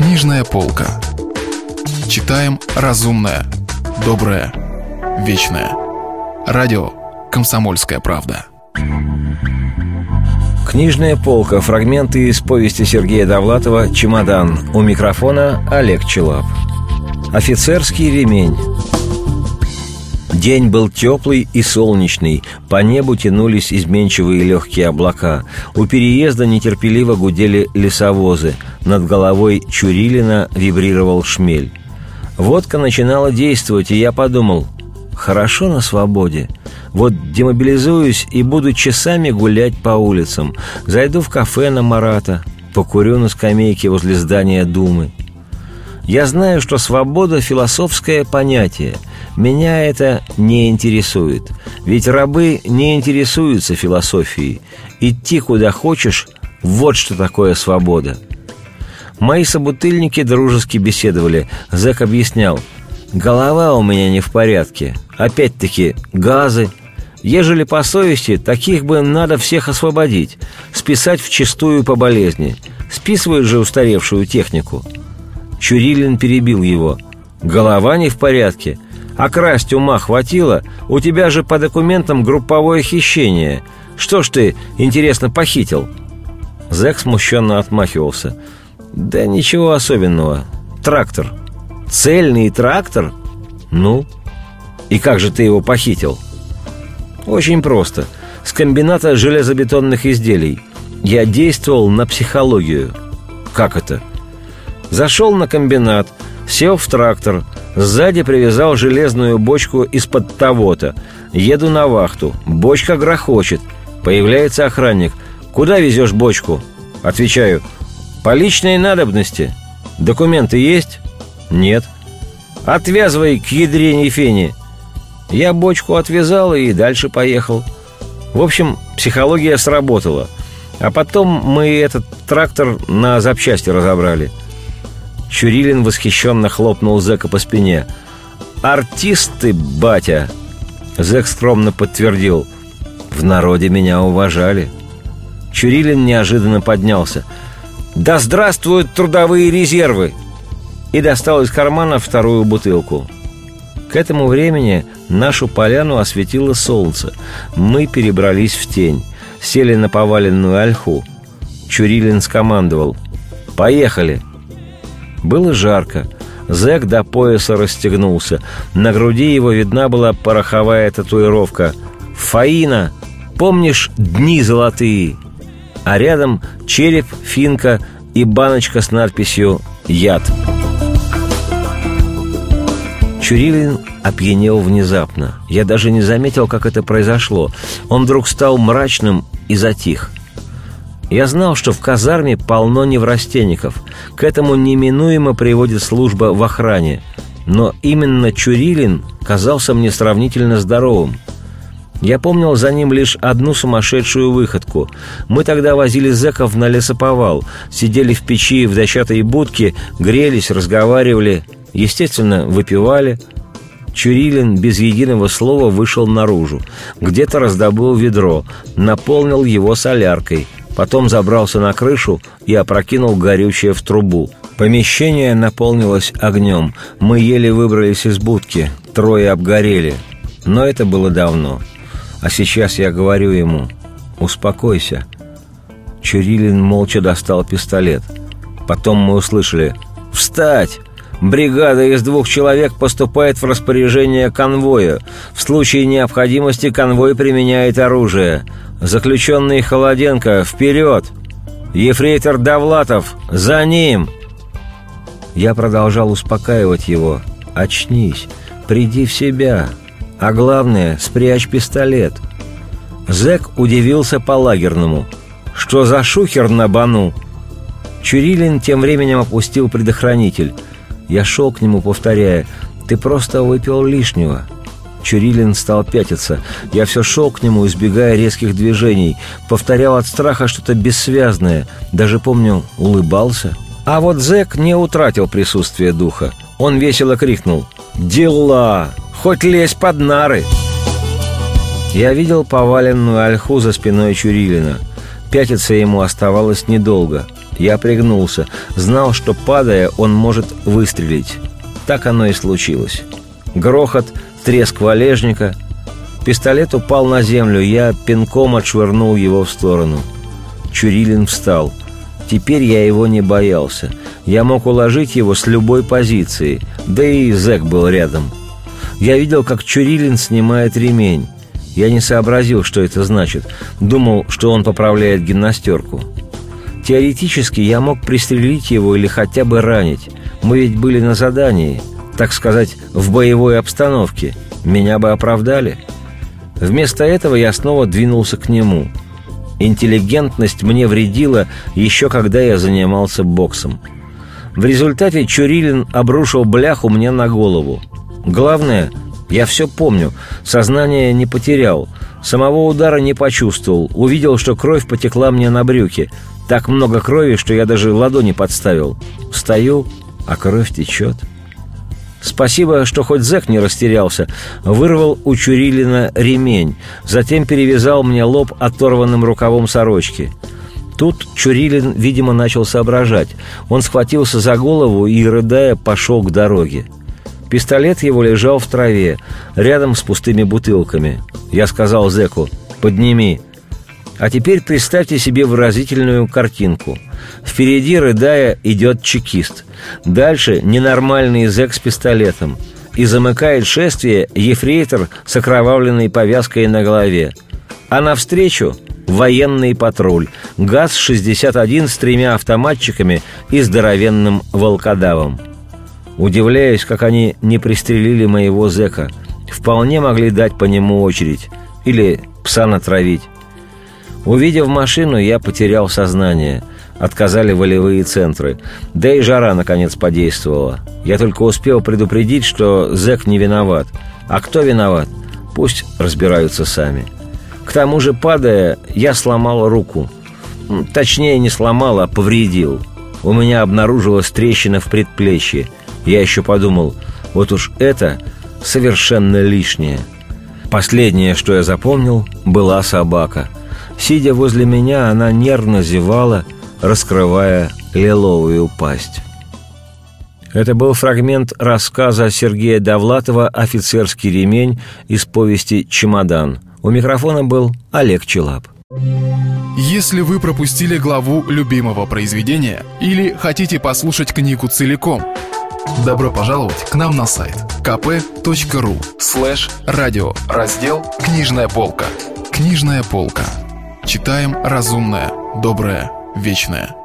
Книжная полка. Читаем разумное, доброе, вечное. Радио «Комсомольская правда». Книжная полка. Фрагменты из повести Сергея Довлатова «Чемодан». У микрофона Олег Челап. Офицерский ремень. День был теплый и солнечный, по небу тянулись изменчивые легкие облака. У переезда нетерпеливо гудели лесовозы, над головой Чурилина вибрировал шмель. Водка начинала действовать, и я подумал: хорошо на свободе. Вот демобилизуюсь и буду часами гулять по улицам. Зайду в кафе на Марата, покурю на скамейке возле здания Думы. Я знаю, что свобода – философское понятие. Меня это не интересует. Ведь рабы не интересуются философией. Идти куда хочешь – вот что такое свобода. Мои собутыльники дружески беседовали. Зэк объяснял: голова у меня не в порядке. Опять-таки газы. Ежели по совести, таких бы надо всех освободить, списать вчистую по болезни. Списывают же устаревшую технику. Чурилин перебил его: голова не в порядке? А красть ума хватило? У тебя же по документам групповое хищение. Что ж ты, интересно, похитил? Зэк смущенно отмахивался: да ничего особенного. Трактор. Цельный трактор? Ну? И как же ты его похитил? Очень просто. С комбината железобетонных изделий. Я действовал на психологию. Как это? Зашел на комбинат, сел в трактор, сзади привязал железную бочку из-под того-то. Еду на вахту, бочка грохочет. Появляется охранник: куда везешь бочку? Отвечаю: по личной надобности. Документы есть? Нет. Отвязывай к ядрене фени. Я бочку отвязал и дальше поехал. В общем, психология сработала. А потом мы этот трактор на запчасти разобрали. Чурилин восхищенно хлопнул зэка по спине. «Артист ты, батя!» Зэк скромно подтвердил: в народе меня уважали. Чурилин неожиданно поднялся: «Да здравствуют трудовые резервы!» И достал из кармана вторую бутылку. К этому времени нашу поляну осветило солнце. Мы перебрались в тень, сели на поваленную ольху. Чурилин скомандовал: «Поехали!» Было жарко. Зэк до пояса расстегнулся. На груди его видна была пороховая татуировка: «Фаина! Помнишь дни золотые?» А рядом череп, финка и баночка с надписью «Яд». Чурилин опьянел внезапно. Я даже не заметил, как это произошло. Он вдруг стал мрачным и затих. Я знал, что в казарме полно неврастенников. К этому неминуемо приводит служба в охране. Но именно Чурилин казался мне сравнительно здоровым. Я помнил за ним лишь одну сумасшедшую выходку. Мы тогда возили зэков на лесоповал, сидели в печи в дощатой будке, грелись, разговаривали, естественно, выпивали. Чурилин без единого слова вышел наружу. Где-то раздобыл ведро, наполнил его соляркой. Потом забрался на крышу и опрокинул горючее в трубу. Помещение наполнилось огнем. Мы еле выбрались из будки. 3 обгорели. Но это было давно. А сейчас я говорю ему: успокойся. Чурилин молча достал пистолет. Потом мы услышали: «Встать! Бригада из 2 человек поступает в распоряжение конвоя. В случае необходимости конвой применяет оружие. Заключенный Холоденко, вперед! Ефрейтор Довлатов, за ним!» Я продолжал успокаивать его: «Очнись, приди в себя. А главное, спрячь пистолет». Зэк удивился по-лагерному: «Что за шухер на бану?» Чурилин тем временем опустил предохранитель. Я шел к нему, повторяя: «Ты просто выпил лишнего». Чурилин стал пятиться. Я все шел к нему, избегая резких движений. Повторял от страха что-то бессвязное. Даже, помню, улыбался. А вот зэк не утратил присутствие духа. Он весело крикнул: «Дела! Хоть лезь под нары!» Я видел поваленную ольху за спиной Чурилина. Пятиться ему оставалось недолго. Я пригнулся, знал, что, падая, он может выстрелить. Так оно и случилось. Грохот, треск валежника. Пистолет упал на землю, я пинком отшвырнул его в сторону. Чурилин встал. Теперь я его не боялся. Я мог уложить его с любой позиции, да и зэк был рядом. Я видел, как Чурилин снимает ремень. Я не сообразил, что это значит. Думал, что он поправляет гимнастерку. Теоретически я мог пристрелить его или хотя бы ранить. Мы ведь были на задании, так сказать, в боевой обстановке. Меня бы оправдали. Вместо этого я снова двинулся к нему. Интеллигентность мне вредила еще когда я занимался боксом. В результате Чурилин обрушил бляху мне на голову. Главное, я все помню, сознание не потерял, самого удара не почувствовал, увидел, что кровь потекла мне на брюки. Так много крови, что я даже ладони подставил. Стою, а кровь течет. Спасибо, что хоть зэк не растерялся. Вырвал у Чурилина ремень, затем перевязал мне лоб оторванным рукавом сорочки. Тут Чурилин, видимо, начал соображать. Он схватился за голову и, рыдая, пошел к дороге. Пистолет его лежал в траве, рядом с пустыми бутылками. Я сказал зэку: «Подними». А теперь представьте себе выразительную картинку. Впереди, рыдая, идет чекист. Дальше ненормальный зэк с пистолетом. И замыкает шествие ефрейтор с окровавленной повязкой на голове. А навстречу военный патруль. ГАЗ-61 с 3 автоматчиками и здоровенным волкодавом. Удивляюсь, как они не пристрелили моего зэка. Вполне могли дать по нему очередь. Или пса натравить. Увидев машину, я потерял сознание. Отказали волевые центры. Да и жара, наконец, подействовала. Я только успел предупредить, что зэк не виноват. А кто виноват? Пусть разбираются сами. К тому же, падая, я сломал руку. Точнее, не сломал, а повредил. У меня обнаружилась трещина в предплечье. Я еще подумал, вот уж это совершенно лишнее. Последнее, что я запомнил, была собака. Сидя возле меня, она нервно зевала, раскрывая лиловую пасть. Это был фрагмент рассказа Сергея Довлатова «Офицерский ремень» из повести «Чемодан». У микрофона был Олег Челап. Если вы пропустили главу любимого произведения или хотите послушать книгу целиком, добро пожаловать к нам на сайт kp.ru/радио, раздел «Книжная полка». Книжная полка. Читаем разумное, доброе, вечное.